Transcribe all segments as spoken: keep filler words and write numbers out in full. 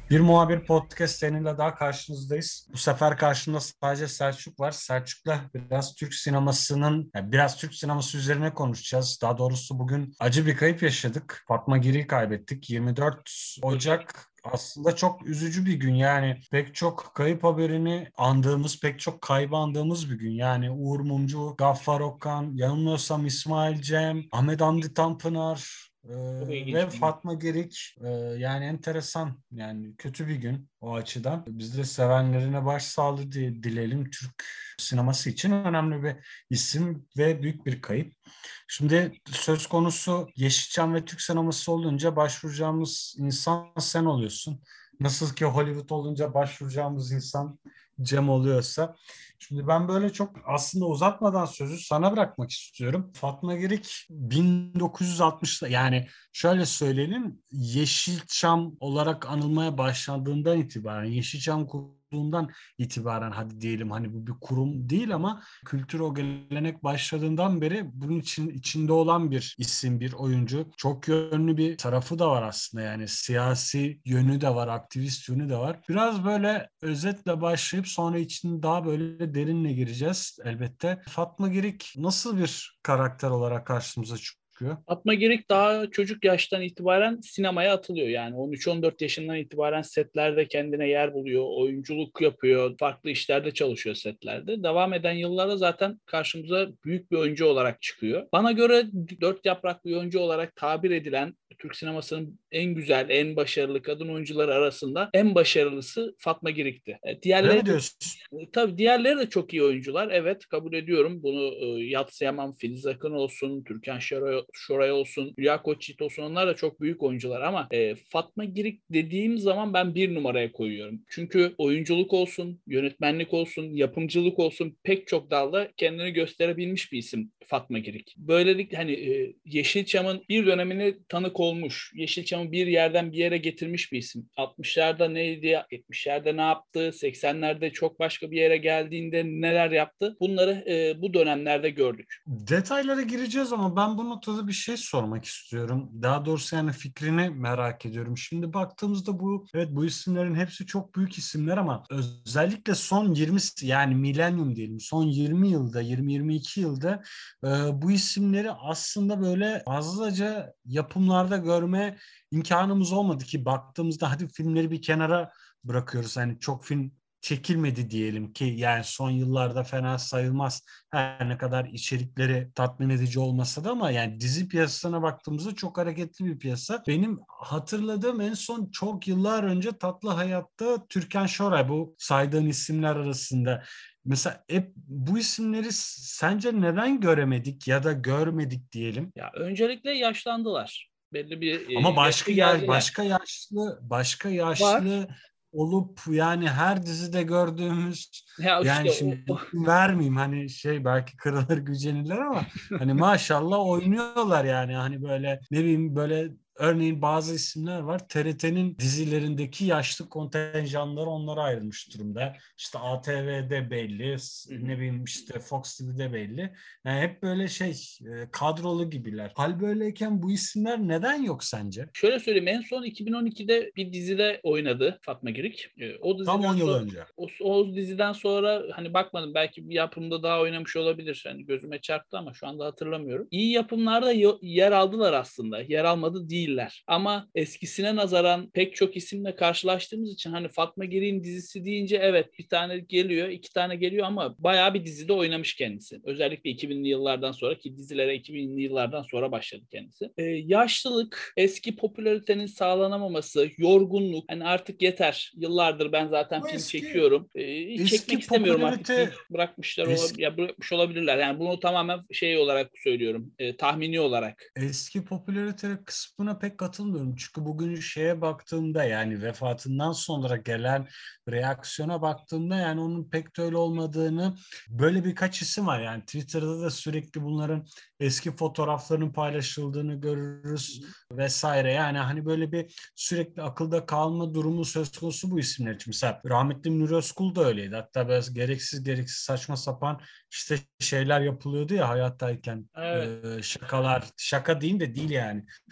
Bir Muhabir Podcast seninle daha karşınızdayız. Bu sefer karşımda sadece Selçuk var. Selçuk'la biraz Türk sinemasının, yani biraz Türk sineması üzerine konuşacağız. Daha doğrusu bugün acı bir kayıp yaşadık. Fatma Giri'yi kaybettik. yirmi dört Ocak aslında çok üzücü bir gün. Yani pek çok kayıp haberini andığımız, pek çok kaybı andığımız bir gün. Yani Uğur Mumcu, Gaffar Okkan, yanılmıyorsam İsmail Cem, Ahmet Hamdi Tanpınar, ee, Çok ilginç ve bir gün. Fatma Girik, e, yani enteresan, yani kötü bir gün o açıdan. Biz de sevenlerine başsağlığı diye dileyelim. Türk sineması için önemli bir isim ve büyük bir kayıp. Şimdi söz konusu Yeşilçam ve Türk sineması olunca başvuracağımız insan sen oluyorsun. Nasıl ki Hollywood olunca başvuracağımız insan Cem oluyorsa. Şimdi ben böyle çok aslında uzatmadan sözü sana bırakmak istiyorum. Fatma Girik bin dokuz yüz altmışta, yani şöyle söyleyelim, Yeşilçam olarak anılmaya başlandığından itibaren, Yeşilçam kurulduğundan itibaren, hadi diyelim, hani bu bir kurum değil ama kültür o gelenek başladığından beri bunun için içinde olan bir isim, bir oyuncu. Çok yönlü bir tarafı da var aslında, yani siyasi yönü de var, aktivist yönü de var. Biraz böyle özetle başlayıp sonra için daha böyle derinle gireceğiz elbette. Fatma Girik nasıl bir karakter olarak karşımıza çıkıyor? Fatma Girik daha çocuk yaştan itibaren sinemaya atılıyor. Yani on üç on dört yaşından itibaren setlerde kendine yer buluyor, oyunculuk yapıyor, farklı işlerde çalışıyor setlerde. Devam eden yıllarda zaten karşımıza büyük bir oyuncu olarak çıkıyor. Bana göre dört yapraklı bir oyuncu olarak tabir edilen Türk sinemasının en güzel, en başarılı kadın oyuncuları arasında en başarılısı Fatma Girik'ti. E, Öyle Diğerleri mi de diyorsun? Tabii diğerleri de çok iyi oyuncular. Evet, kabul ediyorum. Bunu e, yadsıyamam. Filiz Akın olsun, Türkan Şoray, Şoray olsun, Hülya Koçyiğit olsun. Onlar da çok büyük oyuncular ama e, Fatma Girik dediğim zaman ben bir numaraya koyuyorum. Çünkü oyunculuk olsun, yönetmenlik olsun, yapımcılık olsun pek çok dalda kendini gösterebilmiş bir isim Fatma Girik. Böylelikle hani e, Yeşilçam'ın bir dönemine tanık olmuş, Yeşilçam'ı bir yerden bir yere getirmiş bir isim. altmışlarda neydi, yetmişlerde ne yaptı, seksenlerde çok başka bir yere geldiğinde neler yaptı? Bunları e, bu dönemlerde gördük. Detaylara gireceğiz ama ben bu noktada bir şey sormak istiyorum. Daha doğrusu yani fikrini merak ediyorum. Şimdi baktığımızda bu, evet, bu isimlerin hepsi çok büyük isimler ama özellikle son yirmi, yani milenyum diyelim, son yirmi yılda, yirmi yirmi iki yılda e, bu isimleri aslında böyle fazlaca yapımlarda görme imkanımız olmadı ki, baktığımızda hadi filmleri bir kenara bırakıyoruz. Hani çok film çekilmedi diyelim ki, yani son yıllarda fena sayılmaz, her ne kadar içerikleri tatmin edici olmasa da, ama yani dizi piyasasına baktığımızda çok hareketli bir piyasa. Benim hatırladığım en son çok yıllar önce Tatlı Hayat'ta Türkan Şoray, bu saydığın isimler arasında. Mesela hep bu isimleri sence neden göremedik ya da görmedik diyelim? Ya öncelikle yaşlandılar. Belli bir e, Ama yaşa başka yaş, geldiler. başka yaşlı, başka Var. yaşlı olup yani her dizide gördüğümüz, Ya yani işte o, şimdi isim vermeyeyim, hani şey, belki kırılır gücenirler ama hani maşallah oynuyorlar, yani hani böyle ne bileyim, böyle örneğin bazı isimler var, T R T'nin dizilerindeki yaşlı kontenjanları onlara ayrılmış durumda. İşte A T V'de belli, Hı hı. ne bileyim işte Fox T V'de belli. Yani hep böyle şey, e, kadrolu gibiler. Hal böyleyken bu isimler neden yok sence? Şöyle söyleyeyim, en son iki bin on ikide bir dizide oynadı Fatma Girik. Ee, O Tam diziden on yıl sonra önce. o, o diziden sonra hani bakmadım, belki bir yapımda daha oynamış olabilir. Hani gözüme çarptı ama şu anda hatırlamıyorum. İyi yapımlarda yo- yer aldılar aslında. Yer almadı değiller. Ama eskisine nazaran pek çok isimle karşılaştığımız için hani Fatma Girik'in dizisi deyince evet bir tane geliyor, iki tane geliyor ama bayağı bir dizide oynamış kendisi. Özellikle iki binli yıllardan sonra, ki dizilere iki binli yıllardan sonra başladı kendisi. Ee, yaşlılık, eski popülaritenin sağlanamaması, yorgunluk, hani artık yeter. Yıllardır ben zaten Bu film eski çekiyorum. Ee, çekmek eski istemiyorum artık popülarite deyip bırakmışlar olabilir, eski ya bırakmış olabilirler. Yani bunu tamamen şey olarak söylüyorum, e, tahmini olarak. eski popülarite kısmına pek katılmıyorum. Çünkü bugün şeye baktığımda, yani vefatından sonra gelen reaksiyona baktığımda, yani onun pek de öyle olmadığını, böyle birkaç isim var. Yani Twitter'da da sürekli bunların eski fotoğraflarının paylaşıldığını görürüz vesaire. Yani hani böyle bir sürekli akılda kalma durumu söz konusu bu isimler için. Mesela rahmetli Münir Özkul da öyleydi. Hatta biraz gereksiz gereksiz saçma sapan işte şeyler yapılıyordu ya hayattayken, Evet. e, şakalar, şaka diyeyim de değil yani. Şaka da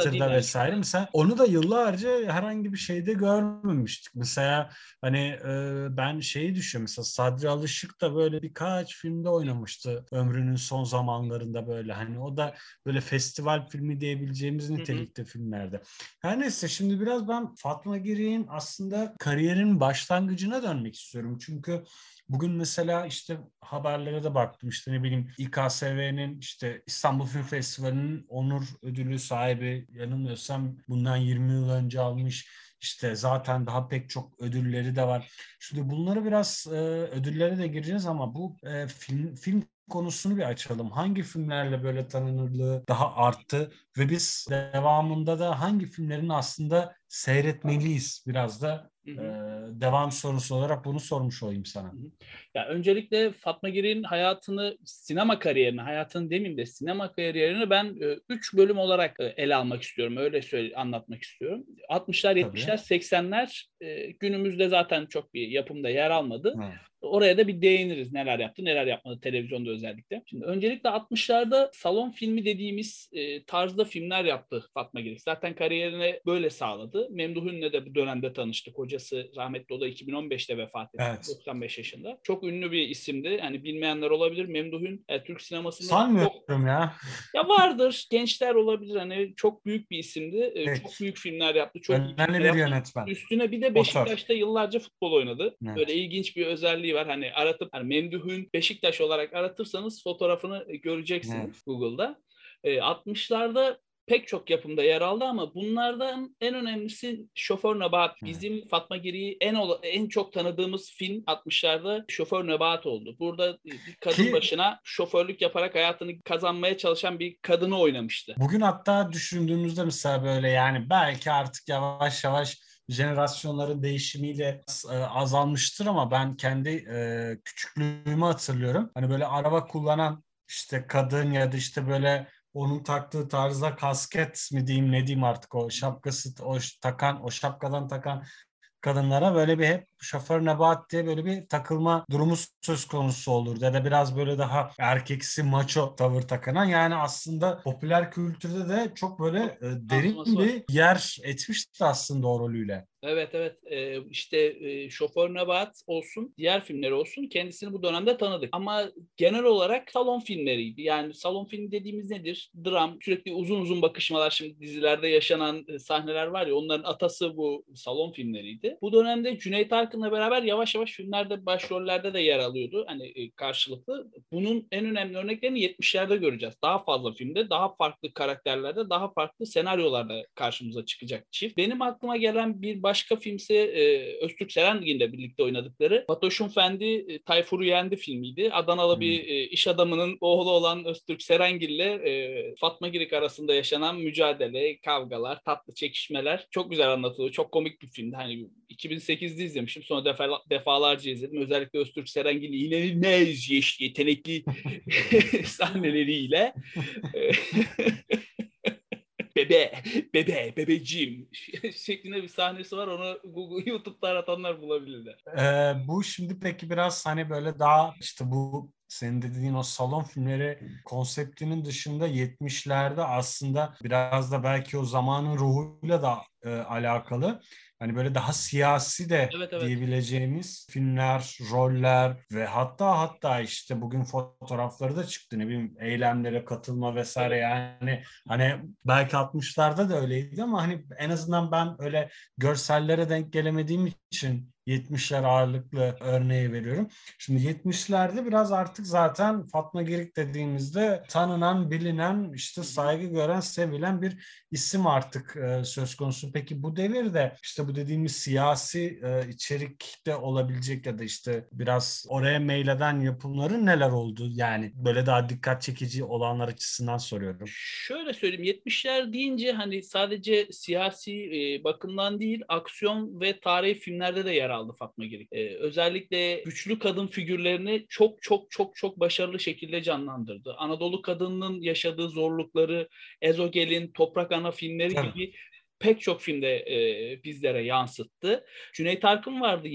değil Twitter'da yani. vesaire. Mesela onu da yıllarca herhangi bir şeyde görmemiştik. Mesela hani e, ben şeyi düşünüyorum. Mesela Sadri Alışık da böyle birkaç filmde oynamıştı ömrünün son zamanlarında böyle. Hani o da böyle festival filmi diyebileceğimiz Hı hı. nitelikte filmlerde. Her neyse şimdi biraz ben Fatma Girik'in aslında kariyerin başlangıcına dönmek istiyorum. Çünkü bugün mesela işte haberlere de baktım, işte ne bileyim İ K S V'nin işte İstanbul Film Festivali'nin onur ödülü sahibi, yanılmıyorsam bundan yirmi yıl önce almış. İşte zaten daha pek çok ödülleri de var. Şimdi bunları biraz e, ödüllere de gireceğiz ama bu e, film film konusunu bir açalım. Hangi filmlerle böyle tanınırlığı daha arttı ve biz devamında da hangi filmlerin aslında seyretmeliyiz? Biraz da Hı e, hı. devam sorusu olarak bunu sormuş olayım Hı sana. hı. Ya öncelikle Fatma Girik'in hayatını, sinema kariyerini, hayatını demeyeyim de sinema kariyerini ben e, üç bölüm olarak e, ele almak istiyorum. Öyle söyle, anlatmak istiyorum. altmışlar, Tabii. yetmişler, seksenler e, günümüzde zaten çok bir yapımda yer almadı. Evet. Oraya da bir değiniriz. Neler yaptı, neler yapmadı televizyonda özellikle. Şimdi öncelikle altmışlarda salon filmi dediğimiz e, tarzda filmler yaptı Fatma Girik. Zaten kariyerini böyle sağladı. Memduh Ün'le de bu dönemde tanıştı. Kocası rahmetli, o da iki bin on beşte vefat etti. Evet. doksan beş yaşında. Çok ünlü bir isimdi. Yani bilmeyenler olabilir. Memduh Ün e, Türk sinemasında çok, Sanmıyorum ya. ya vardır. Gençler olabilir. Hani çok büyük bir isimdi. E, çok Peki. büyük filmler yaptı. Çok iyi Önemli filmler bir yaptı. yönetmen. Üstüne bir de Otör. Beşiktaş'ta yıllarca futbol oynadı. Böyle Evet. ilginç bir özelliği var. Hani aratıp hani Memduh'un Beşiktaş olarak aratırsanız fotoğrafını göreceksiniz Evet. Google'da. E, altmışlarda pek çok yapımda yer aldı ama bunlardan en önemlisi Şoför Nebahat. Evet. Bizim Fatma Girik'i en ola- en çok tanıdığımız film altmışlarda Şoför Nebahat oldu. Burada bir kadın Ki başına şoförlük yaparak hayatını kazanmaya çalışan bir kadını oynamıştı. bugün hatta düşündüğümüzde mesela böyle yani belki artık yavaş yavaş jenerasyonların değişimiyle e, azalmıştır ama ben kendi e, küçüklüğümü hatırlıyorum. Hani böyle araba kullanan işte kadın ya da işte böyle onun taktığı tarzda kasket mi diyeyim ne diyeyim artık, o şapkası o takan, o şapkadan takan kadınlara böyle bir hep şoför Nebahat diye böyle bir takılma durumu söz konusu olurdu. Ya da biraz böyle daha erkeksi maço tavır takınan, yani aslında popüler kültürde de çok böyle Çok e, derin yansıması var. bir yer etmişti aslında o rolüyle. Evet, evet. Ee, işte e, Şoför Nebahat olsun, diğer filmleri olsun, kendisini bu dönemde tanıdık. Ama genel olarak salon filmleriydi. Yani salon filmi dediğimiz nedir? Dram, sürekli uzun uzun bakışmalar, şimdi dizilerde yaşanan e, sahneler var ya, onların atası bu salon filmleriydi. Bu dönemde Cüneyt Arkın'la beraber yavaş yavaş filmlerde, başrollerde de yer alıyordu. Hani e, karşılıklı. Bunun en önemli örneklerini yetmişlerde göreceğiz. Daha fazla filmde, daha farklı karakterlerde, daha farklı senaryolarda karşımıza çıkacak çift. Benim aklıma gelen bir başka filmse e, Öztürk Serengil'le birlikte oynadıkları Fatoş'un Fendi e, Tayfur'u Yendi filmiydi. Adanalı Hmm. bir e, iş adamının oğlu olan Öztürk Serengil'le e, Fatma Girik arasında yaşanan mücadele, kavgalar, tatlı çekişmeler çok güzel anlatılıyor. Çok komik bir filmdi. Hani iki bin sekizde izlemişim. Sonra defa, defalarca izledim. Özellikle Öztürk Serengil'in inanılmaz yetenekli sahneleriyle. bebe, bebe, bebeciğim şeklinde bir sahnesi var. Onu Google, YouTube'da aratanlar bulabilirler. Ee, bu şimdi peki biraz hani böyle daha işte bu senin dediğin o salon filmleri konseptinin dışında yetmişlerde aslında biraz da belki o zamanın ruhuyla da e, alakalı. Hani böyle daha siyasi de Evet, evet. diyebileceğimiz filmler, roller ve hatta hatta işte bugün fotoğrafları da çıktı, ne bileyim eylemlere katılma vesaire, Evet. yani hani belki altmışlarda da öyleydi ama hani en azından ben öyle görsellere denk gelemediğim için yetmişler ağırlıklı örneği veriyorum. Şimdi yetmişlerde biraz artık zaten Fatma Girik dediğimizde tanınan, bilinen, işte Hı hı. saygı gören, sevilen bir isim artık e, söz konusu. Peki bu devirde işte bu dediğimiz siyasi e, içerikte olabilecek ya da işte biraz oraya meyleden yapımların neler oldu? Yani böyle daha dikkat çekici olanlar açısından soruyorum. Şöyle söyleyeyim, yetmişler deyince hani sadece siyasi e, bakımdan değil, aksiyon ve tarihi filmlerde de yer aldı Fatma Girik. E, özellikle güçlü kadın figürlerini çok çok çok çok başarılı şekilde canlandırdı. Anadolu kadınının yaşadığı zorlukları, Ezogel'in, Toprak Ana filmleri Tabii. gibi pek çok filmde e, bizlere yansıttı. Cüneyt Arkın vardı yine.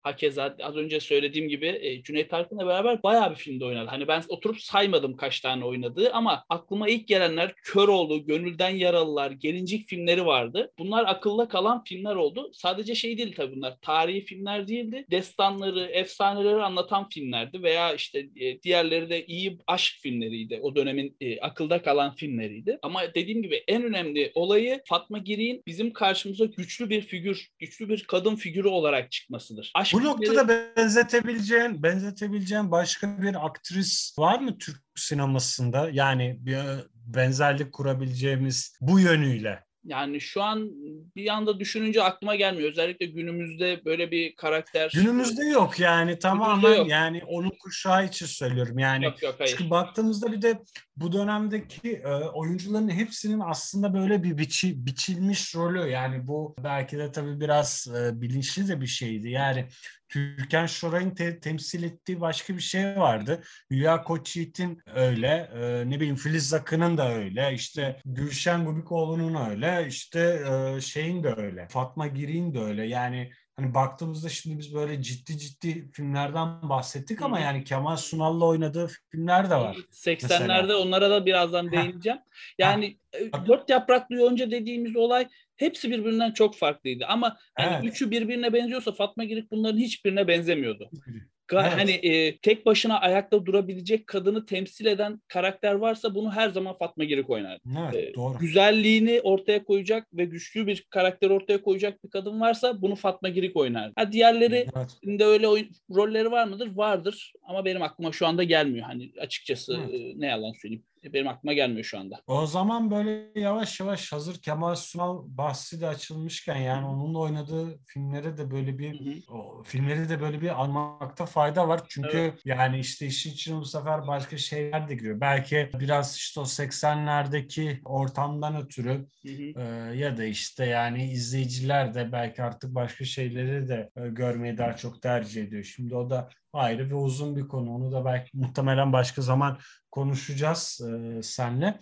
hakeza az önce söylediğim gibi e, Cüneyt Arkın'la beraber bayağı bir filmde oynadı. Hani ben oturup saymadım kaç tane oynadığı ama aklıma ilk gelenler Köroğlu, Gönülden Yaralılar, Gelincik filmleri vardı. Bunlar akılda kalan filmler oldu. Sadece şey değil tabii bunlar. Tarihi filmler değildi. Destanları, efsaneleri anlatan filmlerdi veya işte e, diğerleri de iyi aşk filmleriydi. O dönemin e, akılda kalan filmleriydi. Ama dediğim gibi en önemli olayı Fatma Girik'in bizim karşımıza güçlü bir figür, güçlü bir kadın figürü olarak çıkmasıdır. Aşk Bu filmleri... noktada benzetebileceğin, benzetebileceğin başka bir aktris var mı Türk sinemasında? Yani bir benzerlik kurabileceğimiz bu yönüyle. Yani şu an bir anda düşününce aklıma gelmiyor. Özellikle günümüzde böyle bir karakter Günümüzde yok yani günümüzde tamamen yok. yani onun kuşağı için söylüyorum. Yani Yok yok çünkü hayır. baktığımızda bir de bu dönemdeki e, oyuncuların hepsinin aslında böyle bir biçi, biçilmiş rolü. Yani bu belki de tabii biraz e, bilinçli de bir şeydi. Yani Türkan Şoray'ın te- temsil ettiği başka bir şey vardı. Hülya Koçyiğit'in öyle, e, ne bileyim Filiz Akın'ın da öyle, işte Gülşen Bubikoğlu'nun öyle, işte e, şeyin de öyle, Fatma Girik'in de öyle. Yani hani baktığımızda şimdi biz böyle ciddi ciddi filmlerden bahsettik Hı ama hı. yani Kemal Sunal'la oynadığı filmler de var seksenlerde mesela. onlara da birazdan Heh, değineceğim. heh, Yani e, bak, dört yapraklı yonca dediğimiz olay hepsi birbirinden çok farklıydı. Ama hani evet. üçü birbirine benziyorsa Fatma Girik bunların hiçbirine benzemiyordu. Ga- Hani Evet. e, tek başına ayakta durabilecek kadını temsil eden karakter varsa bunu her zaman Fatma Girik oynar. Evet, E, doğru. güzelliğini ortaya koyacak ve güçlü bir karakter ortaya koyacak bir kadın varsa bunu Fatma Girik oynar. Ha diğerleri Evet. de öyle oyun, rolleri var mıdır? Vardır. Ama benim aklıma şu anda gelmiyor. Hani açıkçası Evet. e, ne yalan söyleyeyim. E, Benim aklıma gelmiyor şu anda. O zaman böyle yavaş yavaş hazır Kemal Sunal bahsi de açılmışken Hı yani hı. onunla oynadığı filmlere de böyle Hı bir hı. o filmleri de böyle bir almakta fayda var. Evet. Çünkü yani işte işin içine bu sefer başka şeyler de giriyor. Belki biraz işte o seksenlerdeki ortamdan ötürü Hı hı. e, ya da işte yani izleyiciler de belki artık başka şeyleri de e, görmeyi daha çok tercih ediyor. Şimdi o da ayrı ve uzun bir konu. Onu da belki muhtemelen başka zaman konuşacağız e, senle.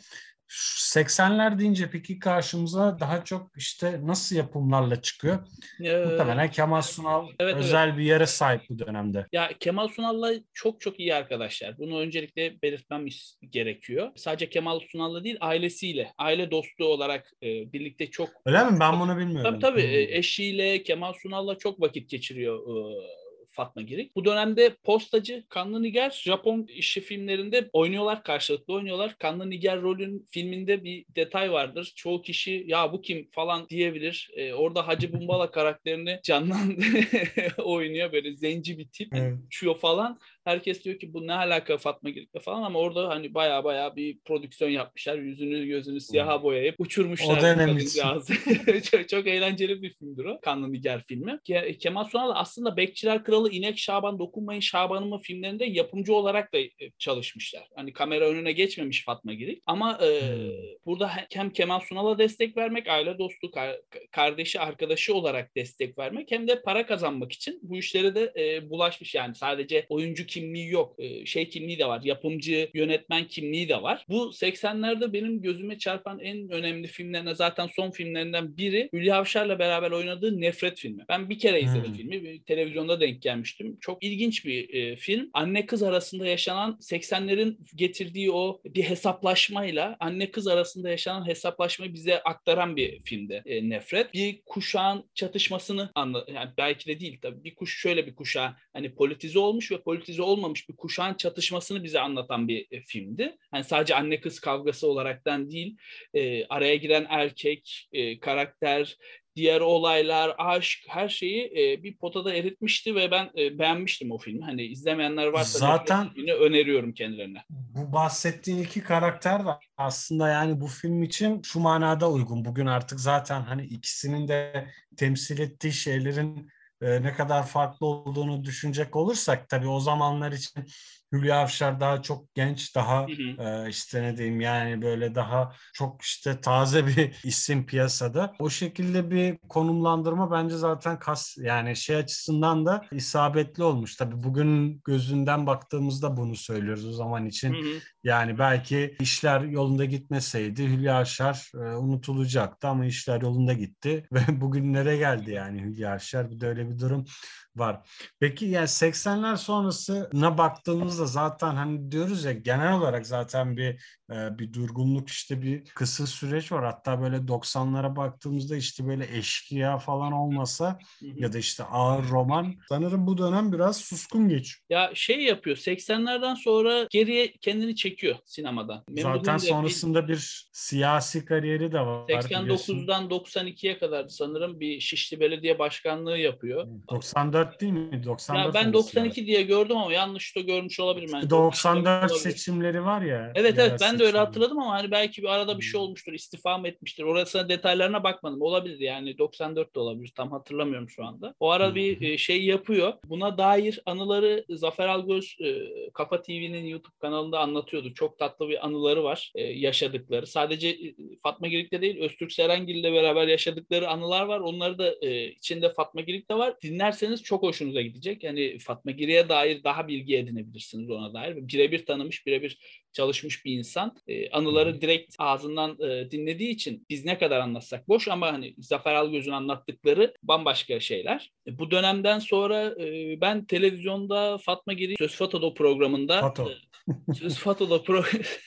seksenler deyince peki karşımıza daha çok işte nasıl yapımlarla çıkıyor? Ee, Muhtemelen Kemal Sunal evet evet. özel bir yere sahip bu dönemde. Ya Kemal Sunal'la çok çok iyi arkadaşlar. Bunu öncelikle belirtmem gerekiyor. Sadece Kemal Sunal'la değil ailesiyle, aile dostu olarak e, birlikte çok Öyle mi? Ben bunu tabii bilmiyordum. tabii Hmm. e, eşiyle Kemal Sunal'la çok vakit geçiriyor e, Fatma Girik. Bu dönemde Postacı, Kanlı Niger, Japon işi filmlerinde oynuyorlar, karşılıklı oynuyorlar. Kanlı Niger rolün filminde bir detay vardır. Çoğu kişi ya bu kim falan diyebilir. E, orada Hacı Bumbala karakterini canlandı oynuyor böyle zenci bir tip. Hani Evet. uçuyor falan. Herkes diyor ki bu ne alaka Fatma Girik'le falan ama orada hani baya baya bir prodüksiyon yapmışlar. Yüzünü gözünü siyaha boyayıp O uçurmuşlar dönem için. kadıncağızı. çok, çok eğlenceli bir filmdir o. Kanlı Niger filmi. Ke- Kemal Sunal aslında Bekçiler Kralı, İnek Şaban, Dokunmayın Şaban'ımın filmlerinde yapımcı olarak da e, çalışmışlar. Hani kamera önüne geçmemiş Fatma Girik. Ama e, Hmm. burada hem Kemal Sunal'a destek vermek, aile dostu, kar- kardeşi, arkadaşı olarak destek vermek hem de para kazanmak için bu işlere de e, bulaşmış. Yani sadece oyuncu kimliği yok. E, şey kimliği de var. Yapımcı, yönetmen kimliği de var. Bu seksenlerde benim gözüme çarpan en önemli filmlerine zaten son filmlerinden biri Hülya Avşar'la beraber oynadığı Nefret filmi. Ben bir kere izledim Hmm. filmi. Bir televizyonda denk gelmiştim. Çok ilginç bir e, film. Anne kız arasında yaşanan seksenlerin getirdiği o bir hesaplaşmayla anne kız arasında yaşanan hesaplaşmayı bize aktaran bir filmdi e, Nefret. Bir kuşağın çatışmasını anla yani belki de değil tabii. Bir kuş şöyle bir kuşağı hani politize olmuş ve politize olmamış bir kuşağın çatışmasını bize anlatan bir e, filmdi. Hani sadece anne kız kavgası olaraktan değil, e, araya giren erkek, e, karakter, diğer olaylar, aşk, her şeyi e, bir potada eritmişti ve ben e, beğenmiştim o filmi. Hani izlemeyenler varsa Nefret Zaten filmini öneriyorum kendilerine. bu bahsettiğin iki karakter de aslında yani bu film için şu manada uygun. Bugün artık zaten hani ikisinin de temsil ettiği şeylerin e, ne kadar farklı olduğunu düşünecek olursak tabii o zamanlar için Hülya Avşar daha çok genç, daha Hı hı. e, işte ne diyeyim yani böyle daha çok işte taze bir isim piyasada. O şekilde bir konumlandırma bence zaten kas yani şey açısından da isabetli olmuş. Tabii bugün gözünden baktığımızda bunu söylüyoruz o zaman Hı için. hı. Yani belki işler yolunda gitmeseydi Hülya Avşar e, unutulacaktı ama işler yolunda gitti ve bugünlere geldi yani Hülya Avşar. Bir de öyle bir durum var. Peki yani seksenler sonrasına baktığımızda zaten hani diyoruz ya genel olarak zaten bir e, bir durgunluk işte bir kısır süreç var. Hatta böyle doksanlara baktığımızda işte böyle eşkıya falan olmasa Hı hı. ya da işte ağır roman sanırım bu dönem biraz suskun geçiyor. Ya şey yapıyor, seksenlerden sonra geriye kendini çekiyor sinemadan. Zaten Memduh'un da bir sonrasında bir siyasi kariyeri de var biliyorsun. seksen dokuzdan doksan ikiye kadar sanırım bir Şişli Belediye Başkanlığı yapıyor. doksan dört değil mi? Ya doksan dört ben olması lazım. doksan iki diye gördüm ama yanlış da görmüş olabilirim. Yani Çünkü doksan dört doksan dört olabilir. seçimleri var ya, Evet evet yerel ben de öyle seçimleri. hatırladım ama hani belki bir arada bir şey Hmm. olmuştur, istifa mı etmiştir. Orasına detaylarına bakmadım. Olabilir yani doksan dört de olabilir. Tam hatırlamıyorum şu anda. O Hı ara bir hı. e, şey yapıyor. Buna dair anıları Zafer Algöz e, Kafa T V'nin YouTube kanalında anlatıyordu. Çok tatlı bir anıları var e, yaşadıkları. Sadece e, Fatma Girik'te değil Öztürk Serengil ile beraber yaşadıkları anılar var. Onları da e, içinde Fatma Girik de var. Dinlerseniz çok hoşunuza gidecek. Yani Fatma Girik'e dair daha bilgi edinebilirsiniz ona dair. Birebir tanımış, birebir çalışmış bir insan. E, Hı hı. anıları direkt ağzından e, dinlediği için biz ne kadar anlatsak boş ama hani Zafer Algöz'ün anlattıkları bambaşka şeyler. E, bu dönemden sonra e, ben televizyonda Fatma Girik Söz Fato'da programında e, Fato. Söz Fato'da pro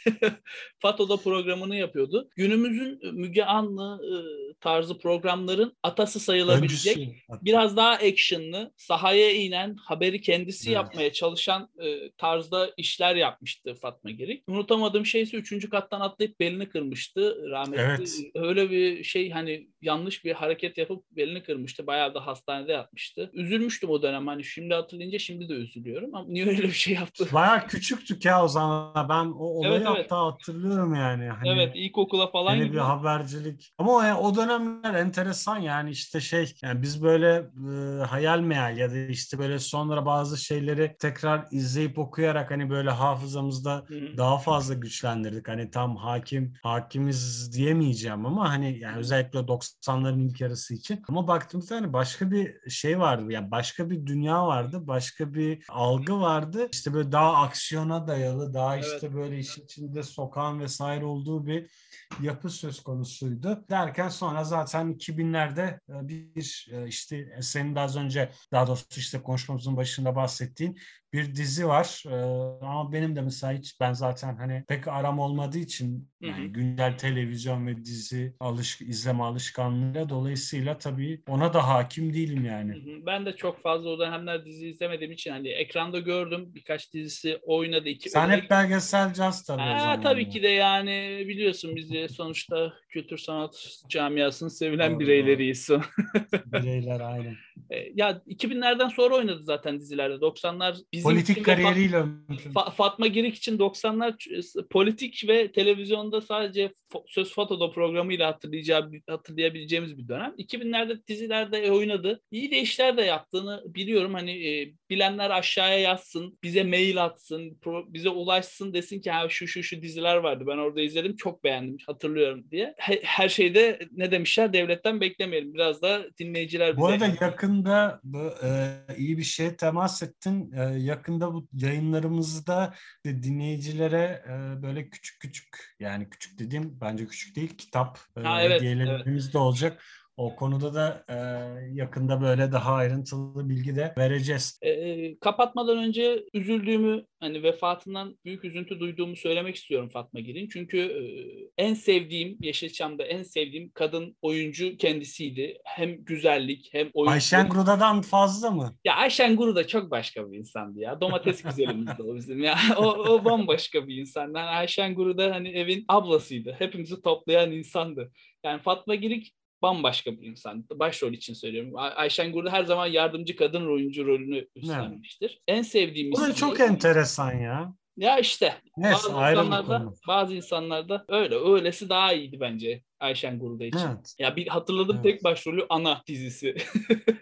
Fato'da programını yapıyordu. Günümüzün Müge Anlı e, tarzı programların atası sayılabilecek Öncüsü. Hatta. biraz daha actionlı, sahaya inen, haberi kendisi Evet. yapmaya çalışan e, tarzda işler yapmıştı Fatma Girik. Unutamadığım şey ise üçüncü kattan atlayıp belini kırmıştı Evet. rahmetli. Öyle bir şey hani yanlış bir hareket yapıp belini kırmıştı. Bayağı da hastanede yatmıştı. Üzülmüştüm o dönem hani şimdi hatırlayınca şimdi de üzülüyorum ama niye öyle bir şey yaptı? Bayağı küçüktük ya o zaman. Ben o Evet olayı evet. hatta hatırlıyorum yani. Evet Hani ilkokula falan yeni bir gidiyor. habercilik. Ama o, o dönemler enteresan yani işte şey yani biz böyle e, hayal meyal ya da işte böyle sonra bazı şeyleri tekrar izleyip okuyarak hani böyle hafızamızda Hı hı. daha fazla güçlendirdik. Hani tam hakim hakimiz diyemeyeceğim ama hani Hı yani hı. özellikle doksanların ilk yarısı için. Ama baktığımızda hani başka bir şey vardı. Yani başka bir dünya vardı. Başka bir algı vardı. İşte böyle daha aksiyona dayalı, daha Evet. işte böyle işin içinde sokağın vesaire olduğu bir yapı söz konusuydu. Derken sonra zaten iki binlerde e, bir e, işte senin de az önce daha doğrusu işte konuşmamızın başında bahsettiğin bir dizi var. E, Ama benim de mesela hiç ben zaten hani pek aram olmadığı için Hı hı. yani güncel televizyon ve dizi alış izleme alışkanlığıyla dolayısıyla tabii ona da hakim değilim Hı yani. hı. Ben de çok fazla o dönemler dizi izlemediğim için hani ekranda gördüm birkaç dizisi oynadı iki Sen hep özellikle. belgeselcaz tabii o Ha, tabii zamanlar. ki de yani biliyorsun biz de sonuçta kültür sanat camiasının sevilen Doğru doğru. bireyleriyiz. Bireyler aynen. E, ya iki binlerden sonra oynadı zaten dizilerde. doksanlar bizim Politik için ve Fat- kariyeriyle ön Fa- Fatma Girik için doksanlar ç- politik ve televizyonda sadece Fo- Söz Foto'da programıyla hatırlayacağı, hatırlayabileceğimiz bir dönem. iki binlerde dizilerde oynadı. İyi de işler de yaptığını biliyorum. Hani e, bilenler aşağıya yazsın, bize mail atsın, pro- bize ulaşsın desin ki ha, şu şu şu diziler vardı. Ben orada izledim, çok beğendim, hatırlıyorum diye. He- Her şeyde ne demişler? Devletten beklemeyelim. Biraz da dinleyiciler Bu bize arada yazsın. yakında bu, e, iyi bir şeye temas ettin. E, yakında bu yayınlarımızda de dinleyicilere e, böyle küçük küçük yani küçük dediğim bence küçük değil kitap e, Ha evet, evet. hediyelerimiz de olacak. O konuda da e, yakında böyle daha ayrıntılı bilgi de vereceğiz. E, kapatmadan önce üzüldüğümü hani vefatından büyük üzüntü duyduğumu söylemek istiyorum Fatma Girik'in. Çünkü e, en sevdiğim Yeşilçam'da en sevdiğim kadın oyuncu kendisiydi. Hem güzellik hem Ayşen oyunculuk. Gruda'dan fazla mı? Ya Ayşen Guru da çok başka bir insandı ya. Domates güzelimizdi o bizim ya. O, o bambaşka bir insandı. Yani Ayşen Guru da hani evin ablasıydı. Hepimizi toplayan insandı. Yani Fatma Girik bambaşka bir insandı. Başrol için söylüyorum. Ay- Ayşen Guru her zaman yardımcı kadın oyuncu rolünü Evet. üstlenmiştir. En sevdiğim Bu da çok isimleri. enteresan ya. Ya işte Neyse bazı ayrı bir insanlarda konu. bazı insanlarda öyle. Öylesi daha iyiydi bence Ayşen Guru'da için. Evet. Ya bir hatırladığım tek Evet. başrolü Ana dizisi.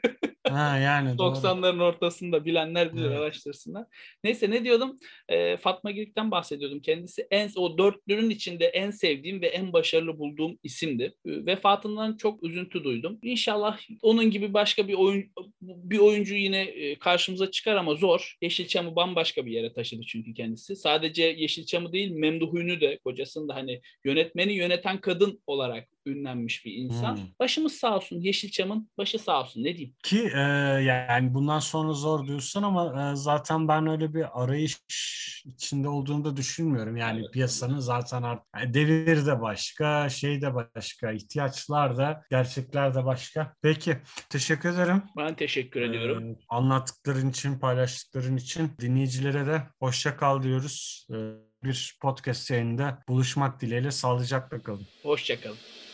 Ha, yani doğru. doksanların ortasında bilenler bilir, Evet. araştırsınlar. Neyse ne diyordum? Ee, Fatma Girik'ten bahsediyordum. Kendisi en o dörtlünün içinde en sevdiğim ve en başarılı bulduğum isimdi. Ee, Vefatından çok üzüntü duydum. İnşallah onun gibi başka bir oyun bir oyuncu yine e, karşımıza çıkar ama zor. Yeşilçam'ı bambaşka bir yere taşıdı çünkü kendisi. Sadece Yeşilçam'ı değil, Memduh Ünlü de, kocasını da hani yönetmeni yöneten kadın olarak ünlenmiş bir insan. Hmm. Başımız sağ olsun. Yeşilçam'ın başı sağ olsun. Ne diyeyim? Ki e, yani bundan sonra zor diyorsun ama e, zaten ben öyle bir arayış içinde olduğunu da düşünmüyorum. Yani Evet, tabii. piyasanın zaten artık yani devir de başka, şey de başka, ihtiyaçlar da, gerçekler de başka. Peki, teşekkür ederim. Ben teşekkür E, ediyorum. anlattıkların için, paylaştıkların için. Dinleyicilere de hoşça kal diyoruz. E, bir podcast yayında buluşmak dileğiyle, sağlıcakla kalın. Hoşça kalın.